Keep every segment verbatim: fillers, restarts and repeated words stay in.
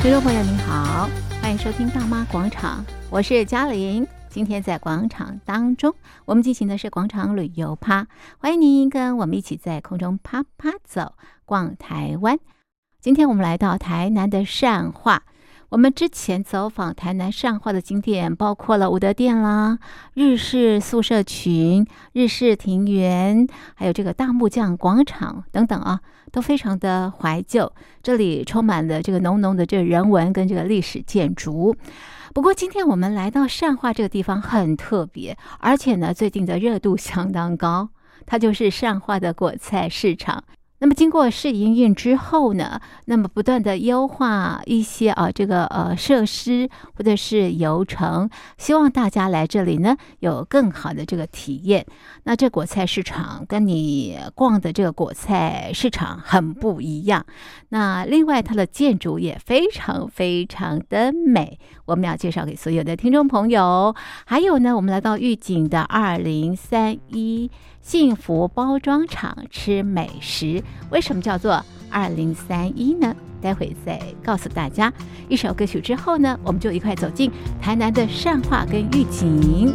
听众朋友您好，欢迎收听大妈广场，我是嘉玲。今天在广场当中，我们进行的是广场旅游趴，欢迎您跟我们一起在空中啪啪走，逛台湾。今天我们来到台南的善化，我们之前走访台南善化的景点，包括了武德殿啦、日式宿舍群、日式庭园，还有这个大木匠广场等等啊，都非常的怀旧。这里充满了这个浓浓的这个人文跟这个历史建筑。不过今天我们来到善化这个地方很特别，而且呢，最近的热度相当高，它就是善化的果菜市场。那么经过试营运之后呢，那么不断的优化一些啊这个呃设施或者是流程，希望大家来这里呢有更好的这个体验。那这果菜市场跟你逛的这个果菜市场很不一样。那另外它的建筑也非常非常的美，我们要介绍给所有的听众朋友。还有呢，我们来到玉井的二零三一幸福包装厂吃美食。为什么叫做二零三一呢？待会再告诉大家。一首歌曲之后呢，我们就一块走进台南的善化跟玉井。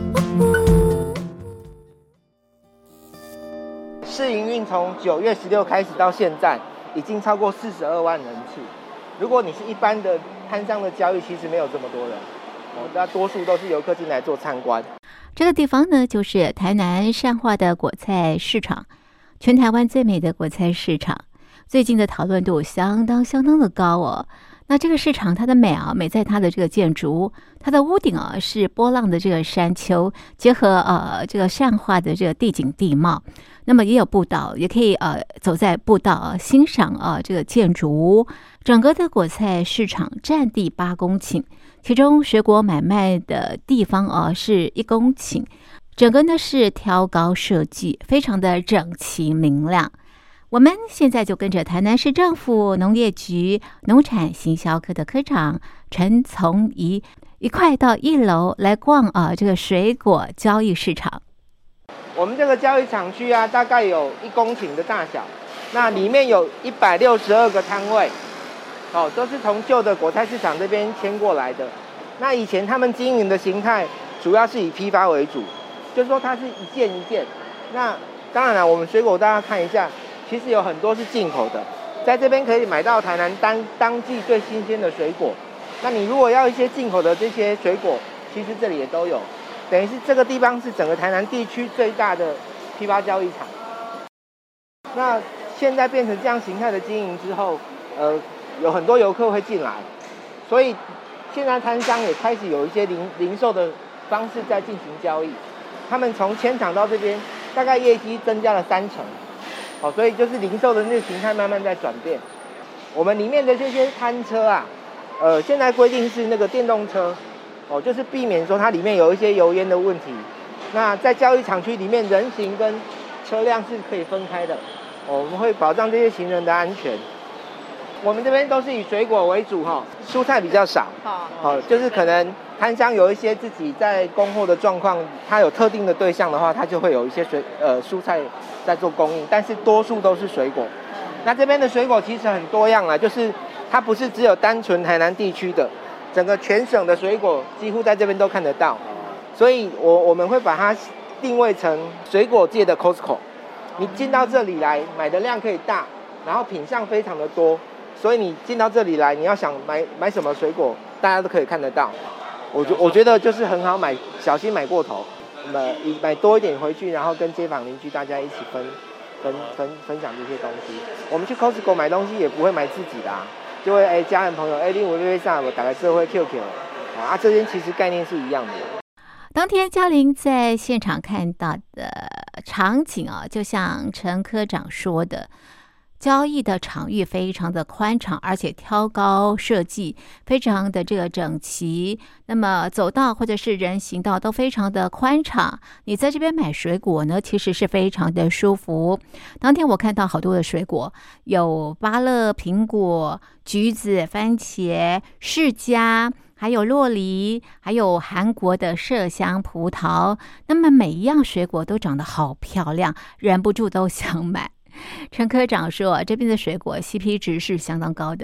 试营运从九月十六开始到现在，已经超过四十二万人次。如果你是一般的摊商的交易，其实没有这么多人，哦，大多数都是游客进来做参观。 这个地方呢，就是台南善化的果菜市场，全台湾最美的果菜市场。最近的讨论度相当相当的高哦。那这个市场它的美啊，美在它的这个建筑，它的屋顶啊是波浪的这个山丘，结合呃这个善化的这个地景地貌。那么也有步道，也可以呃走在步道啊欣赏啊这个建筑。整个的果菜市场占地八公顷，其中水果买卖的地方啊是一公顷，整个呢是挑高设计，非常的整齐明亮。我们现在就跟着台南市政府农业局农产行销科的科长陈从仪一块到一楼来逛啊这个水果交易市场。 我们这个交易场区啊，大概有一公顷的大小，那里面有一百六十二个摊位，哦，都是从旧的果菜市场这边迁过来的。那以前他们经营的形态主要是以批发为主，就是说它是一件一件。那当然了，我们水果大家看一下，其实有很多是进口的，在这边可以买到台南当当季最新鲜的水果。那你如果要一些进口的这些水果，其实这里也都有。等于是这个地方是整个台南地区最大的批发交易场。那现在变成这样形态的经营之后，呃，有很多游客会进来，所以现在摊商也开始有一些零零售的方式在进行交易。他们从迁厂到这边，大概业绩增加了三成，哦，所以就是零售的那个形态慢慢在转变。我们里面的这些摊车啊，呃，现在规定是那个电动车。哦，就是避免说它里面有一些油烟的问题。那在交易场区里面，人行跟车辆是可以分开的。哦，我们会保障这些行人的安全。我们这边都是以水果为主哈，蔬菜比较少。好，哦，就是可能摊商有一些自己在供货的状况，他有特定的对象的话，他就会有一些水呃蔬菜在做供应，但是多数都是水果。那这边的水果其实很多样啦，就是它不是只有单纯台南地区的。整个全省的水果几乎在这边都看得到，所以我我们会把它定位成水果界的 Costco。你进到这里来，买的量可以大，然后品相非常的多，所以你进到这里来，你要想买买什么水果，大家都可以看得到。我觉我觉得就是很好买，小心买过头，买买多一点回去，然后跟街坊邻居大家一起分分分分享这些东西。我们去 Costco 买东西也不会买自己的啊。就会哎，家人朋友哎，你我微上我打开社会 Q Q 啊，这边其实概念是一样的。 当天嘉玲在现场看到的场景啊，就像陈科长说的，交易的场域非常的宽敞，而且挑高设计非常的这个整齐。那么走道或者是人行道都非常的宽敞。你在这边买水果呢，其实是非常的舒服。当天我看到好多的水果，有芭乐、苹果、橘子、番茄、释迦，还有洛梨，还有韩国的麝香葡萄。那么每一样水果都长得好漂亮，忍不住都想买。陈科长说，这边的水果 C P 值是相当高的。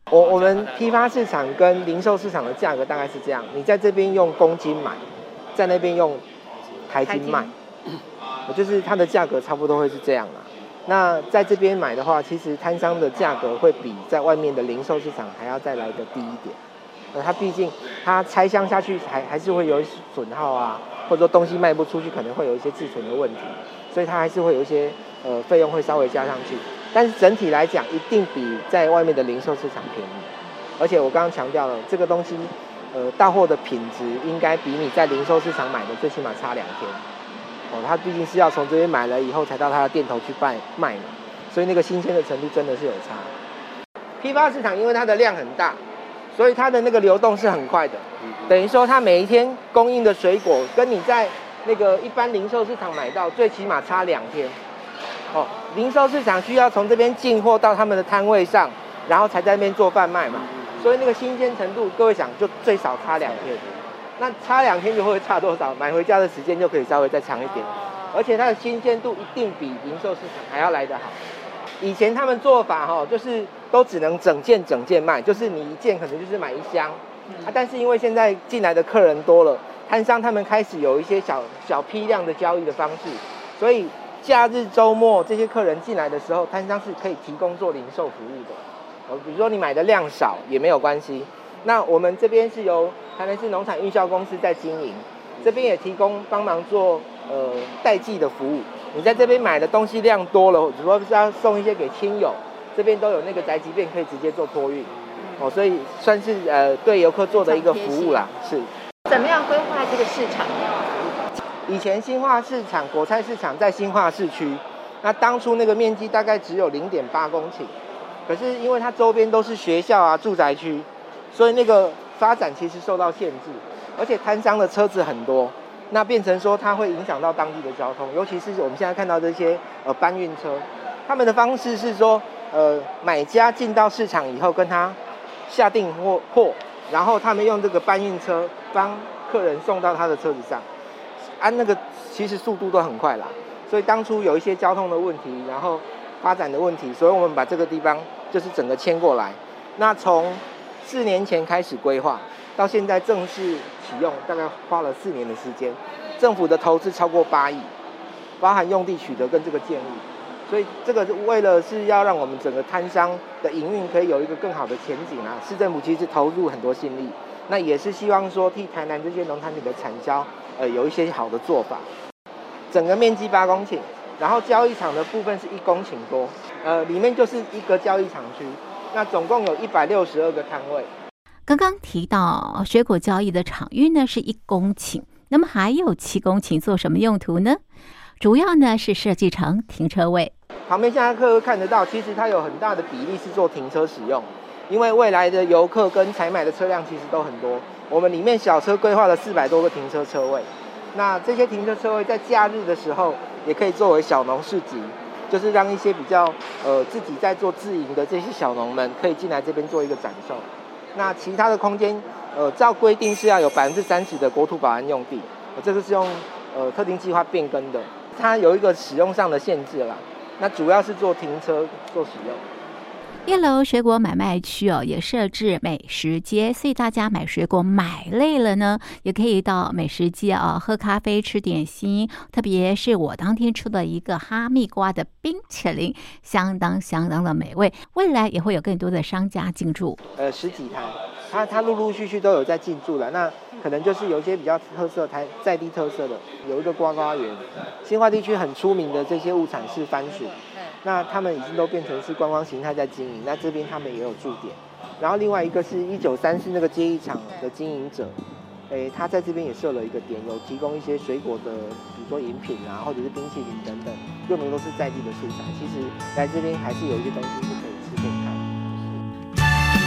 我我们批发市场跟零售市场的价格大概是这样，你在这边用公斤买，在那边用台斤卖，就是它的价格差不多会是这样啦。那在这边买的话，其实摊商的价格会比在外面的零售市场还要再来的低一点。呃，它毕竟它拆箱下去还还是会有损耗啊，或者说东西卖不出去，可能会有一些自存的问题，所以它还是会有一些呃费用会稍微加上去。但是整体来讲，一定比在外面的零售市场便宜。而且我刚刚强调了，这个东西呃到货的品质应该比你在零售市场买的最起码差两天。哦，它毕竟是要从这边买了以后才到它的店头去卖卖嘛，所以那个新鲜的程度真的是有差。批发市场因为它的量很大，所以它的那个流动是很快的，等于说它每一天供应的水果跟你在那个一般零售市场买到最起码差两天。哦，零售市场需要从这边进货到他们的摊位上，然后才在那边做贩卖嘛，所以那个新鲜程度，各位想就最少差两天。那差两天就会差多少？买回家的时间就可以稍微再长一点，而且它的新鲜度一定比零售市场还要来得好。以前他们做法哈，就是都只能整件整件卖，就是你一件可能就是买一箱，啊，但是因为现在进来的客人多了，摊商他们开始有一些小小批量的交易的方式，所以假日周末这些客人进来的时候，摊商是可以提供做零售服务的。哦，比如说你买的量少也没有关系。那我们这边是由台南市农产运销公司在经营，这边也提供帮忙做呃代寄的服务。你在这边买的东西量多了，比如说是要送一些给亲友，这边都有那个宅急便可以直接做托运。哦，所以算是呃对游客做的一个服务啦。是。 怎么样规划这个市场？ 以前新化市场果菜市场在新化市区，那当初那个面积大概只有零点八公顷，可是因为它周边都是学校啊住宅区。所以那个发展其实受到限制，而且摊商的车子很多，那变成说它会影响到当地的交通，尤其是我们现在看到这些呃搬运车，他们的方式是说，呃买家进到市场以后跟他下订货货，然后他们用这个搬运车帮客人送到他的车子上，按、啊、那个其实速度都很快啦，所以当初有一些交通的问题，然后发展的问题，所以我们把这个地方就是整个迁过来，那从四年前开始规划，到现在正式启用，大概花了四年的时间。政府的投资超过八亿，包含用地取得跟这个建立，所以这个为了是要让我们整个摊商的营运可以有一个更好的前景啊，市政府其实投入很多心力，那也是希望说替台南这些农产品的产销，呃，有一些好的做法。整个面积八公顷，然后交易场的部分是一公顷多，呃，里面就是一个交易场区。那总共有一百六十二个摊位。 刚刚提到水果交易的场域呢是一公顷，那么还有七公顷做什么用途呢？主要呢是设计成停车位。 旁边现在客户看得到，其实它有很大的比例是做停车使用，因为未来的游客跟采买的车辆其实都很多。我们里面小车规划了四百多个停车车位，那这些停车车位在假日的时候也可以作为小农市集。就是让一些比较呃自己在做自营的这些小农们可以进来这边做一个展售。那其他的空间，呃，照规定是要有百分之三十的国土保安用地，呃、这个是用呃特定计划变更的，它有一个使用上的限制啦。那主要是做停车做使用。 一楼水果买卖区哦，也设置美食街，所以大家买水果买累了呢，也可以到美食街啊喝咖啡、吃点心。特别是我当天吃了一个哈密瓜的冰淇淋，相当相当的美味。未来也会有更多的商家进驻， 呃，十几摊，它它陆陆续续都有在进驻了。那可能就是有一些比较特色、台在地特色的，有一个瓜瓜园，新化地区很出名的这些物产是番薯。那他们已经都变成是观光形态在经营，那这边他们也有驻点。然后另外一个是一九三四那个街艺场的经营者，诶，他在这边也设了一个点，有提供一些水果的，比如说饮品啊，或者是冰淇淋等等，用的都是在地的素材。其实来这边还是有一些东西是可以吃可以看。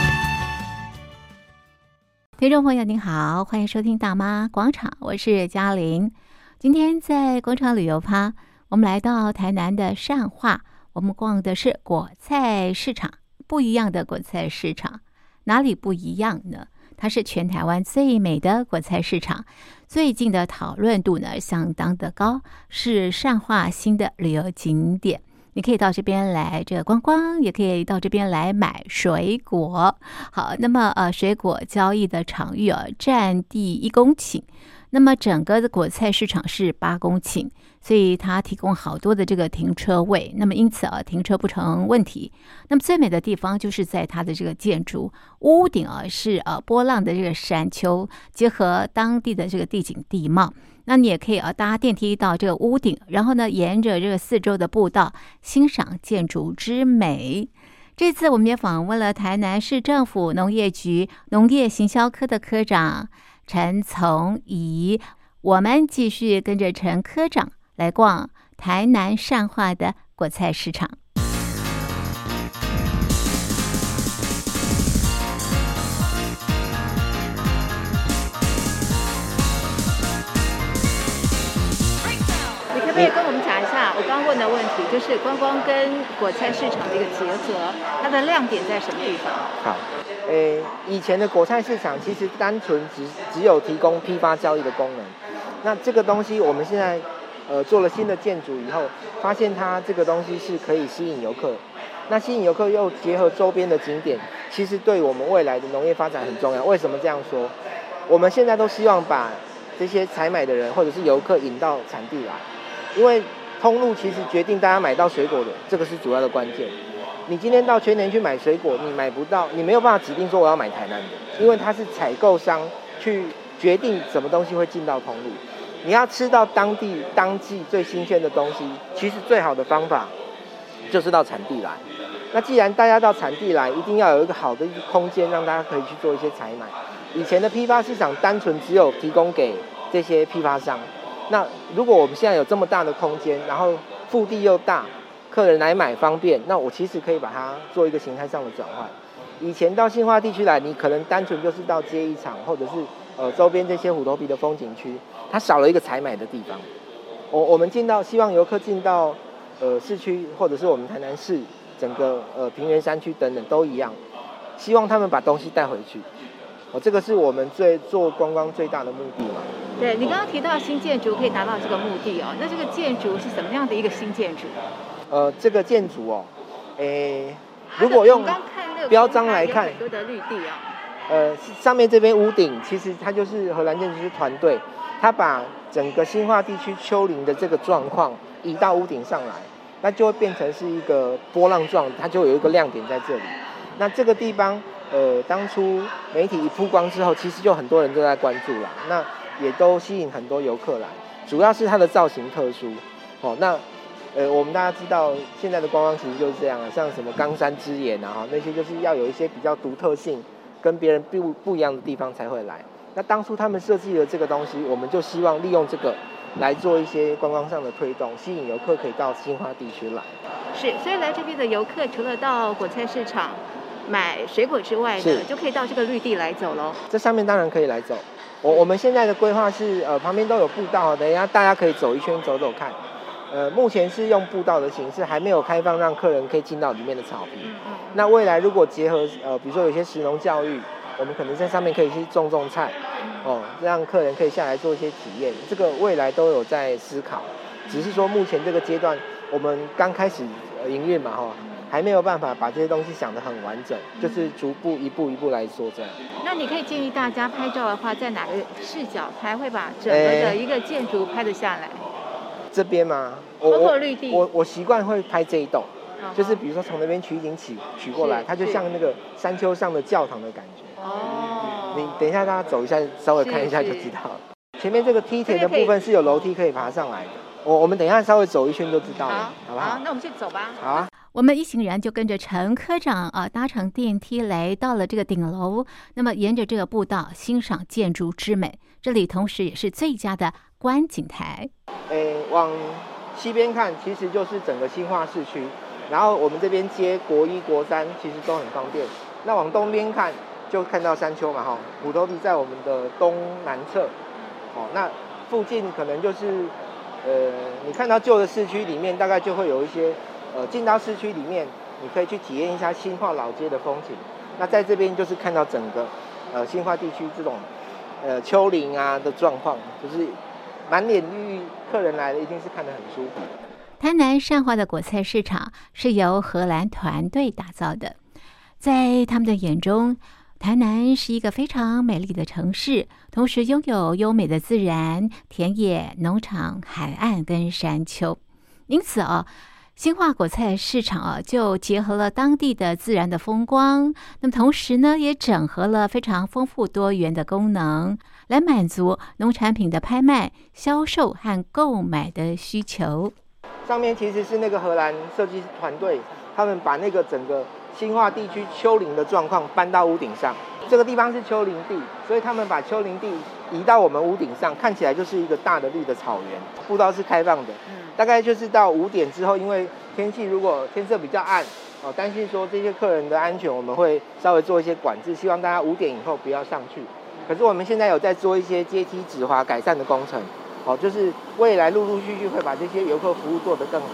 听众朋友您好，欢迎收听大妈广场，我是嘉玲。今天在广场旅游趴，我们来到台南的善化。我们逛的是果菜市场，不一样的果菜市场，哪里不一样呢？它是全台湾最美的果菜市场，最近的讨论度呢相当的高，是善化新的旅游景点。 你可以到这边来这个观光，也可以到这边来买水果。好，那么呃，水果交易的场域啊，占地一公顷。那么整个的果菜市场是八公顷，所以它提供好多的这个停车位，那么因此啊，停车不成问题。那么最美的地方就是在它的这个建筑屋顶啊，是呃波浪的这个山丘，结合当地的这个地景地貌。那你也可以啊搭电梯到这个屋顶，然后呢沿着这个四周的步道欣赏建筑之美。这次我们也访问了台南市政府农业局农业行销科的科长陈从仪，我们继续跟着陈科长来逛台南善化的果菜市场。你可不可以跟我们讲一下我刚问的问题，就是观光跟果菜市场的一个结合，它的亮点在什么地方？ 好。诶，以前的果菜市场其实单纯只只有提供批发交易的功能。那这个东西我们现在呃做了新的建筑以后，发现它这个东西是可以吸引游客。那吸引游客又结合周边的景点，其实对我们未来的农业发展很重要。为什么这样说？我们现在都希望把这些采买的人或者是游客引到产地来，因为通路其实决定大家买到水果的，这个是主要的关键。你今天到全年去买水果，你买不到，你没有办法指定说我要买台南的，因为它是采购商去决定什么东西会进到通路。你要吃到当地当季最新鲜的东西，其实最好的方法就是到产地来。那既然大家到产地来，一定要有一个好的一个空间，让大家可以去做一些采买。以前的批发市场单纯只有提供给这些批发商，那如果我们现在有这么大的空间，然后腹地又大，客人来买方便，那我其实可以把它做一个形态上的转换。以前到新化地区来，你可能单纯就是到街一场，或者是呃周边这些虎头皮的风景区，它少了一个采买的地方。我我们进到希望游客进到呃市区，或者是我们台南市整个呃平原山区等等都一样，希望他们把东西带回去。哦，这个是我们最做观光最大的目的嘛。 对，你刚刚提到新建筑可以达到这个目的哦，那这个建筑是什么样的一个新建筑？ 呃，这个建筑哦，诶，如果用标章来看， 很多的绿地哦。 呃，上面这边屋顶，其实它就是荷兰建筑师团队，他把整个新化地区丘陵的这个状况移到屋顶上来，那就会变成是一个波浪状，它就有一个亮点在这里。那这个地方，呃，当初媒体一曝光之后，其实就很多人都在关注啦，那也都吸引很多游客来，主要是它的造型特殊，哦，那。呃，我们大家知道现在的观光其实就是这样啊，像什么冈山之眼啊，那些就是要有一些比较独特性，跟别人不不一样的地方才会来。那当初他们设计了这个东西，我们就希望利用这个来做一些观光上的推动，吸引游客可以到新化地区来。 是，所以来这边的游客除了到果菜市场买水果之外呢，就可以到这个绿地来走咯。 这上面当然可以来走。我我们现在的规划是，呃，旁边都有步道，等一下大家可以走一圈走走看。呃，目前是用步道的形式，还没有开放让客人可以进到里面的草皮。嗯嗯。那未来如果结合呃，比如说有些食农教育，我们可能在上面可以去种种菜，哦，让客人可以下来做一些体验。这个未来都有在思考，只是说目前这个阶段，我们刚开始营运嘛，哈、哦，还没有办法把这些东西想得很完整，就是逐步一步一步来做这样。 那你可以建议大家拍照的话，在哪个视角拍会把整个的一个建筑拍得下来？欸这边嘛，我我我我习惯会拍这一栋， uh-huh. 就是比如说从那边取景取取过来，它就像那个山丘上的教堂的感觉。哦。你等一下，大家走一下，稍微看一下就知道了。前面这个梯田的部分是有楼梯可以爬上来的，我我们等一下稍微走一圈就知道了，好, 好不好？ 好，那我们去走吧。 好啊。 我们一行人就跟着陈科长啊，搭乘电梯来到了这个顶楼。那么沿着这个步道欣赏建筑之美，这里同时也是最佳的观景台。 诶，往西边看，其实就是整个新化市区。然后我们这边接国一、国三，其实都很方便。那往东边看，就看到山丘嘛，哈，虎头皮在我们的东南侧。哦，那附近可能就是，呃，你看到旧的市区里面，大概就会有一些。呃，进到市区里面，你可以去体验一下新化老街的风景。那在这边就是看到整个呃新化地区这种呃丘陵啊的状况，就是满脸绿，客人来了一定是看得很舒服。 台南善化的果菜市场是由荷兰团队打造的，在他们的眼中，台南是一个非常美丽的城市，同时拥有优美的自然、田野、农场、海岸跟山丘。因此啊，新化果菜市场啊，就结合了当地的自然的风光，那么同时呢，也整合了非常丰富多元的功能，来满足农产品的拍卖、销售和购买的需求。 上面其实是那个荷兰设计团队，他们把那个整个新化地区丘陵的状况搬到屋顶上。这个地方是丘陵地，所以他们把丘陵地移到我们屋顶上，看起来就是一个大的绿的草原。步道是开放的，大概就是到五点之后，因为天气如果天色比较暗，哦，担心说这些客人的安全，我们会稍微做一些管制，希望大家五点以后不要上去。可是我们现在有在做一些阶梯止滑改善的工程。哦，就是未来陆陆续续会把这些游客服务做得更好。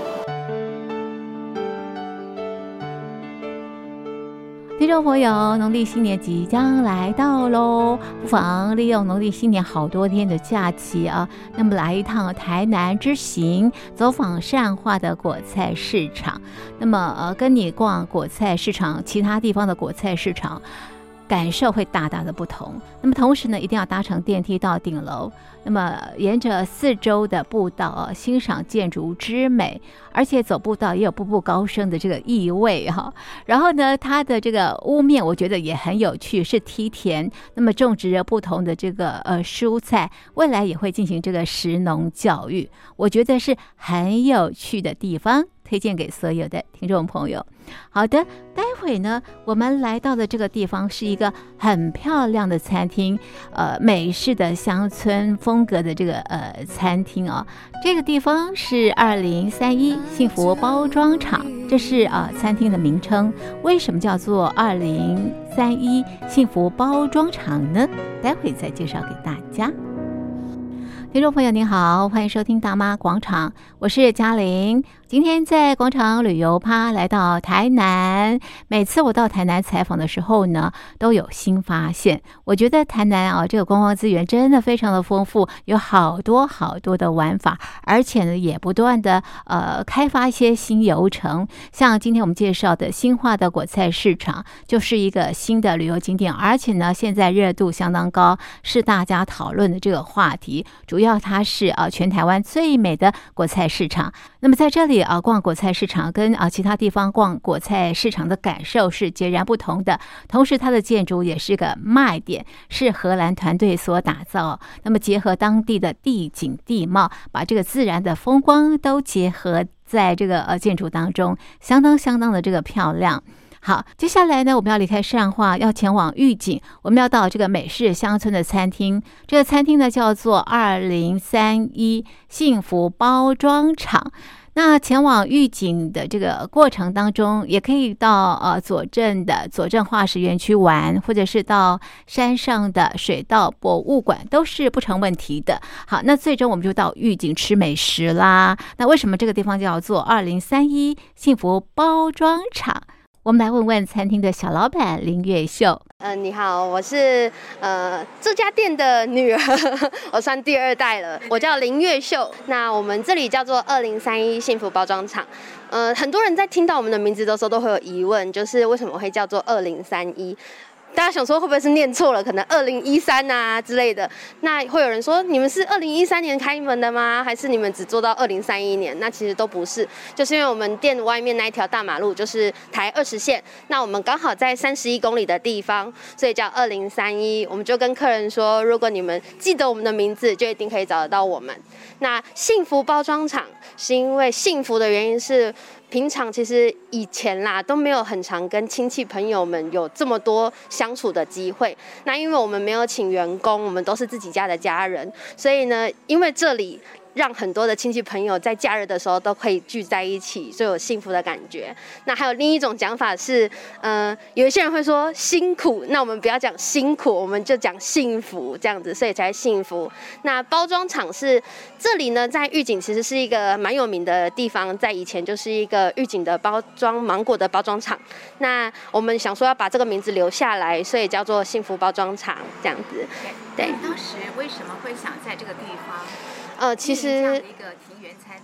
听众朋友，农历新年即将来到喽，不妨利用农历新年好多天的假期啊，那么来一趟台南之行，走访善化的果菜市场。那么呃，跟你逛果菜市场，其他地方的果菜市场感受会大大的不同。那么同时呢，一定要搭乘电梯到顶楼，那么沿着四周的步道啊，欣赏建筑之美，而且走步道也有步步高升的这个意味哈。然后呢，它的这个屋面我觉得也很有趣，是梯田，那么种植了不同的这个呃蔬菜，未来也会进行这个食农教育，我觉得是很有趣的地方，推荐给所有的听众朋友。好的，待会呢，我们来到的这个地方是一个很漂亮的餐厅，呃，美式的乡村风格的这个呃餐厅啊。这个地方是二零三一幸福包装厂，这是啊、呃、餐厅的名称。为什么叫做二零三一幸福包装厂呢？待会再介绍给大家。听众朋友您好，欢迎收听大妈广场，我是嘉玲。今天在广场旅游趴来到台南，每次我到台南采访的时候呢，都有新发现。我觉得台南啊，这个观光资源真的非常的丰富，有好多好多的玩法，而且呢，也不断的呃开发一些新游程。像今天我们介绍的新化的果菜市场，就是一个新的旅游景点，而且呢，现在热度相当高，是大家讨论的这个话题。主要它是啊全台湾最美的果菜市场。那么在这里啊逛果菜市场跟啊其他地方逛果菜市场的感受是截然不同的。同时它的建筑也是个卖点，是荷兰团队所打造。那么结合当地的地景地貌，把这个自然的风光都结合在这个呃建筑当中，相当相当的这个漂亮。好，接下来呢，我们要离开善化，要前往玉井，我们要到这个美式乡村的餐厅。这个餐厅呢叫做二零三一幸福包装厂。那前往玉井的这个过程当中，也可以到呃左镇的左镇化石园区玩，或者是到山上的水稻博物馆，都是不成问题的。好，那最终我们就到玉井吃美食啦。那为什么这个地方叫做二零三一幸福包装厂？我们来问问餐厅的小老板林月秀。 嗯、呃，你好，我是呃这家店的女儿，我算第二代了。我叫林月秀。那我们这里叫做二零三一幸福包装厂。呃，很多人在听到我们的名字的时候都会有疑问，就是为什么会叫做二零三一？大家想说会不会是念错了，可能二零一三啊之类的。那会有人说你们是二零一三年开门的吗？还是你们只做到二零三一年？那其实都不是，就是因为我们店外面那一条大马路就是台二十线，那我们刚好在三十一公里的地方，所以叫二零三一。我们就跟客人说，如果你们记得我们的名字，就一定可以找得到我们。那幸福包装厂是因为幸福的原因是，平常其实以前啦都没有很常跟亲戚朋友们有这么多相处的机会。那因为我们没有请员工，我们都是自己家的家人，所以呢，因为这里让很多的亲戚朋友在假日的时候都可以聚在一起，就有幸福的感觉。那还有另一种讲法是，呃，有一些人会说辛苦，那我们不要讲辛苦，我们就讲幸福，这样子，所以才幸福。那包装厂是这里呢，在玉井其实是一个蛮有名的地方，在以前就是一个玉井的包装芒果的包装厂。那我们想说要把这个名字留下来，所以叫做幸福包装厂这样子。对。 当时为什么会想在这个地方？ 呃，其实一个庭园餐厅。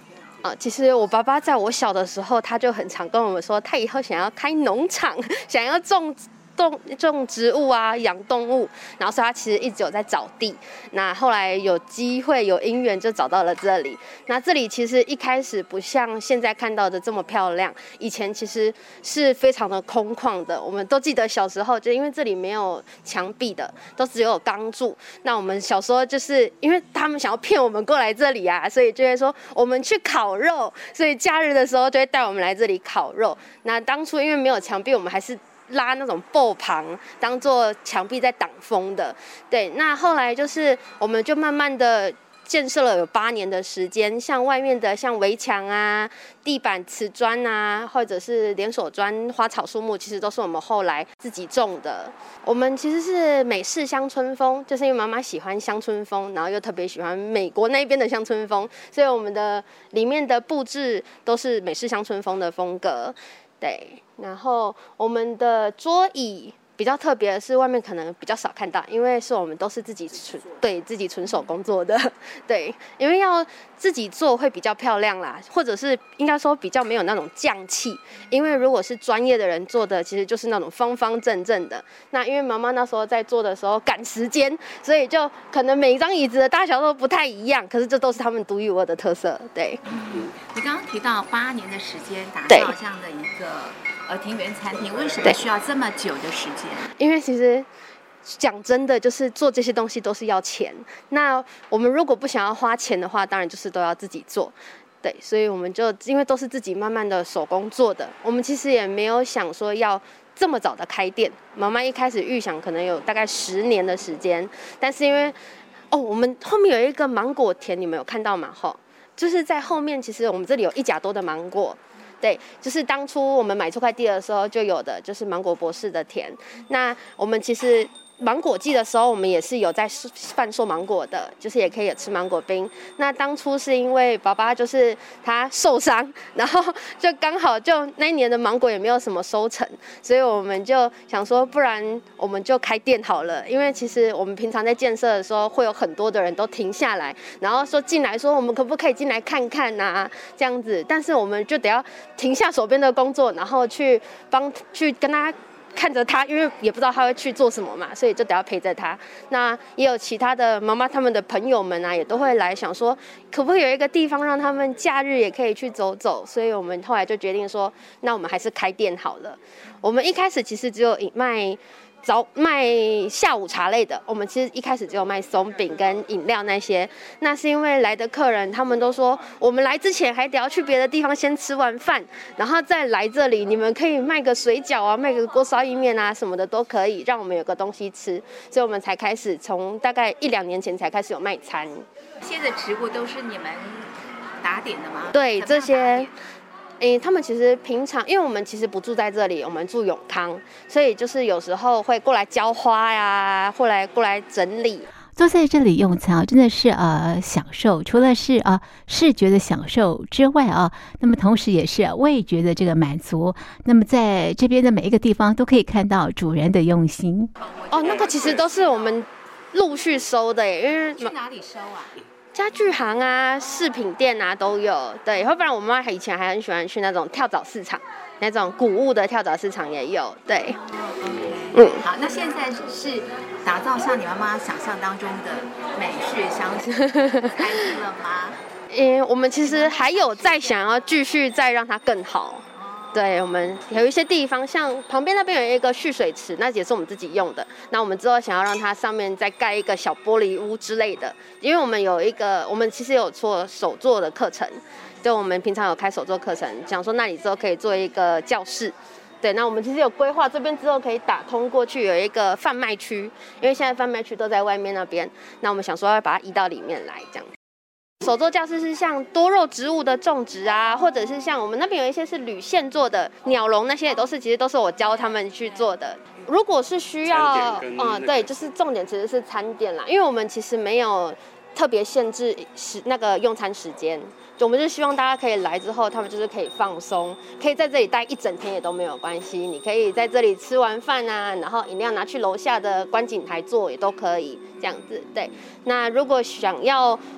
啊，其实我爸爸在我小的时候，他就很常跟我们说，他以后想要开农场，想要种种种植物啊，养动物，然后所以他其实一直有在找地。那后来有机会有因缘就找到了这里。那这里其实一开始不像现在看到的这么漂亮，以前其实是非常的空旷的。我们都记得小时候，就因为这里没有墙壁的，都只有钢柱。那我们小时候就是因为他们想要骗我们过来这里啊，所以就会说我们去烤肉，所以假日的时候就会带我们来这里烤肉。那当初因为没有墙壁，我们还是拉那种布棚当做墙壁在挡风的。对，那后来就是我们就慢慢的建设了有八年的时间，像外面的像围墙啊、地板瓷砖啊，或者是连锁砖、花草树木，其实都是我们后来自己种的。我们其实是美式乡村风，就是因为妈妈喜欢乡村风，然后又特别喜欢美国那边的乡村风，所以我们的里面的布置都是美式乡村风的风格。对，然后我们的桌椅比较特别的是，外面可能比较少看到，因为是我们都是自己纯对自己纯手工做的。对，因为要自己做会比较漂亮啦，或者是应该说比较没有那种匠气。因为如果是专业的人做的，其实就是那种方方正正的。那因为妈妈那时候在做的时候赶时间，所以就可能每一张椅子的大小都不太一样，可是这都是他们独一无二的特色。对， 嗯，你刚刚提到八年的时间打造这样的一个呃庭园餐厅，为什么需要这么久的时间？ 因为其实讲真的，就是做这些东西都是要钱。那我们如果不想要花钱的话，当然就是都要自己做。对，所以我们就因为都是自己慢慢的手工做的，我们其实也没有想说要这么早的开店。妈妈一开始预想可能有大概十年的时间，但是因为哦，我们后面有一个芒果田，你们有看到吗？吼，就是在后面，其实我们这里有一甲多的芒果。对，就是当初我们买这块地的时候就有的，就是芒果博士的田。那我们其实芒果季的时候，我们也是有在贩售芒果的，就是也可以有吃芒果冰。那当初是因为爸爸就是他受伤，然后就刚好就那一年的芒果也没有什么收成，所以我们就想说，不然我们就开店好了。因为其实我们平常在建设的时候，会有很多的人都停下来，然后说进来说我们可不可以进来看看啊，这样子。但是我们就得要停下手边的工作，然后去帮去跟他。看着他，因为也不知道他会去做什么嘛，所以就得要陪着他。那也有其他的妈妈他们的朋友们啊，也都会来想说，可不可以有一个地方让他们假日也可以去走走。所以我们后来就决定说，那我们还是开店好了。我们一开始其实只有卖早卖下午茶类的，我们其实一开始只有卖松饼跟饮料那些。那是因为来的客人他们都说，我们来之前还得要去别的地方先吃完饭，然后再来这里，你们可以卖个水饺啊，卖个锅烧意面啊什么的都可以，让我们有个东西吃。所以我们才开始从大概一两年前才开始有卖餐。 这些的植物都是你们打点的吗？ 对，这些。诶，他们其实平常，因为我们其实不住在这里，我们住永康，所以就是有时候会过来浇花呀，或来过来整理。 坐在这里用餐啊，真的是呃享受，除了是啊、呃、视觉的享受之外啊，那么同时也是味觉的这个满足。那么在这边的每一个地方都可以看到主人的用心。 哦，那个其实都是我们陆续收的耶，因为去哪里收啊？ 家具行啊、饰品店啊都有，对，要不然我妈以前还很喜欢去那种跳蚤市场，那种古物的跳蚤市场也有，对。 嗯，好，那现在是打造像你妈妈想象当中的美式乡村餐厅了吗？ 嗯，我们其实还有在想要继续再让它更好。对，我们有一些地方，像旁边那边有一个蓄水池，那也是我们自己用的。那我们之后想要让它上面再盖一个小玻璃屋之类的，因为我们有一个，我们其实有做手作的课程，就我们平常有开手作课程，想说那里之后可以做一个教室。对，那我们其实有规划这边之后可以打通过去，有一个贩卖区，因为现在贩卖区都在外面那边，那我们想说要把它移到里面来，这样。手作教室是像多肉植物的种植啊，或者是像我们那边有一些是铝线做的鸟笼，那些也都是其实都是我教他们去做的。如果是需要，嗯，对，就是重点其实是餐点啦，因为我们其实没有特别限制时那个用餐时间，就我们就希望大家可以来之后，他们就是可以放松，可以在这里待一整天也都没有关系。你可以在这里吃完饭啊，然后饮料拿去楼下的观景台坐也都可以这样子。对，那如果想要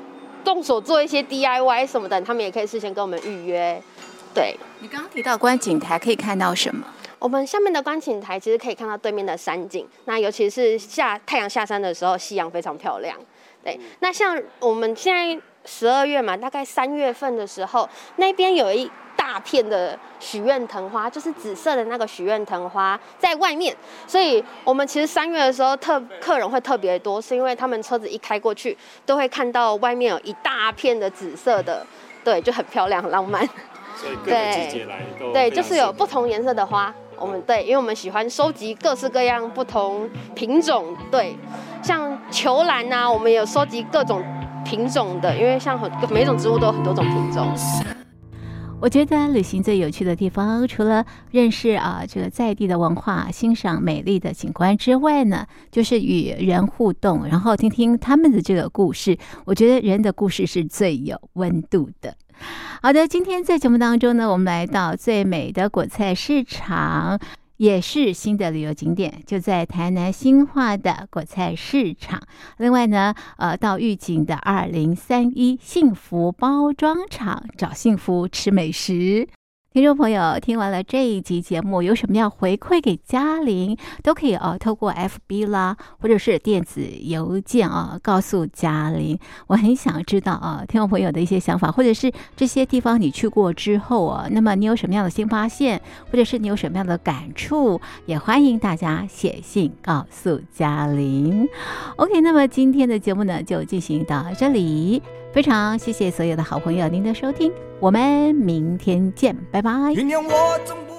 动手做一些 D I Y 什么的，他们也可以事先跟我们预约。对， 你刚刚提到观景台可以看到什么？ 我们下面的观景台其实可以看到对面的山景，那尤其是下太阳下山的时候，夕阳非常漂亮。对，那像我们现在十二月嘛，大概三月份的时候，那边有一大片的许愿藤花，就是紫色的那个许愿藤花在外面，所以我们其实三月的时候特客人会特别多，是因为他们车子一开过去，都会看到外面有一大片的紫色的，对，就很漂亮很浪漫。 所以各个季节来都对，就是有不同颜色的花。我们对，因为我们喜欢收集各式各样不同品种，对，像球兰啊，我们有收集各种品种的，因为像很每种植物都有很多种品种。 我觉得旅行最有趣的地方，除了认识啊这个在地的文化，欣赏美丽的景观之外呢，就是与人互动，然后听听他们的这个故事。我觉得人的故事是最有温度的。好的，今天在节目当中呢，我们来到最美的果菜市场，也是新的旅游景点，就在台南新化的果菜市场。另外呢，呃，到玉井的二零三一幸福包装厂找幸福吃美食。听众朋友，听完了这一集节目，有什么要回馈给嘉玲，都可以哦，透过 F B 啦，或者是电子邮件啊，告诉嘉玲。我很想知道啊，听众朋友的一些想法，或者是这些地方你去过之后啊，那么你有什么样的新发现，或者是你有什么样的感触，也欢迎大家写信告诉嘉玲。OK， 那么今天的节目呢，就进行到这里。非常谢谢所有的好朋友您的收听，我们明天见，拜拜。 原谅我总不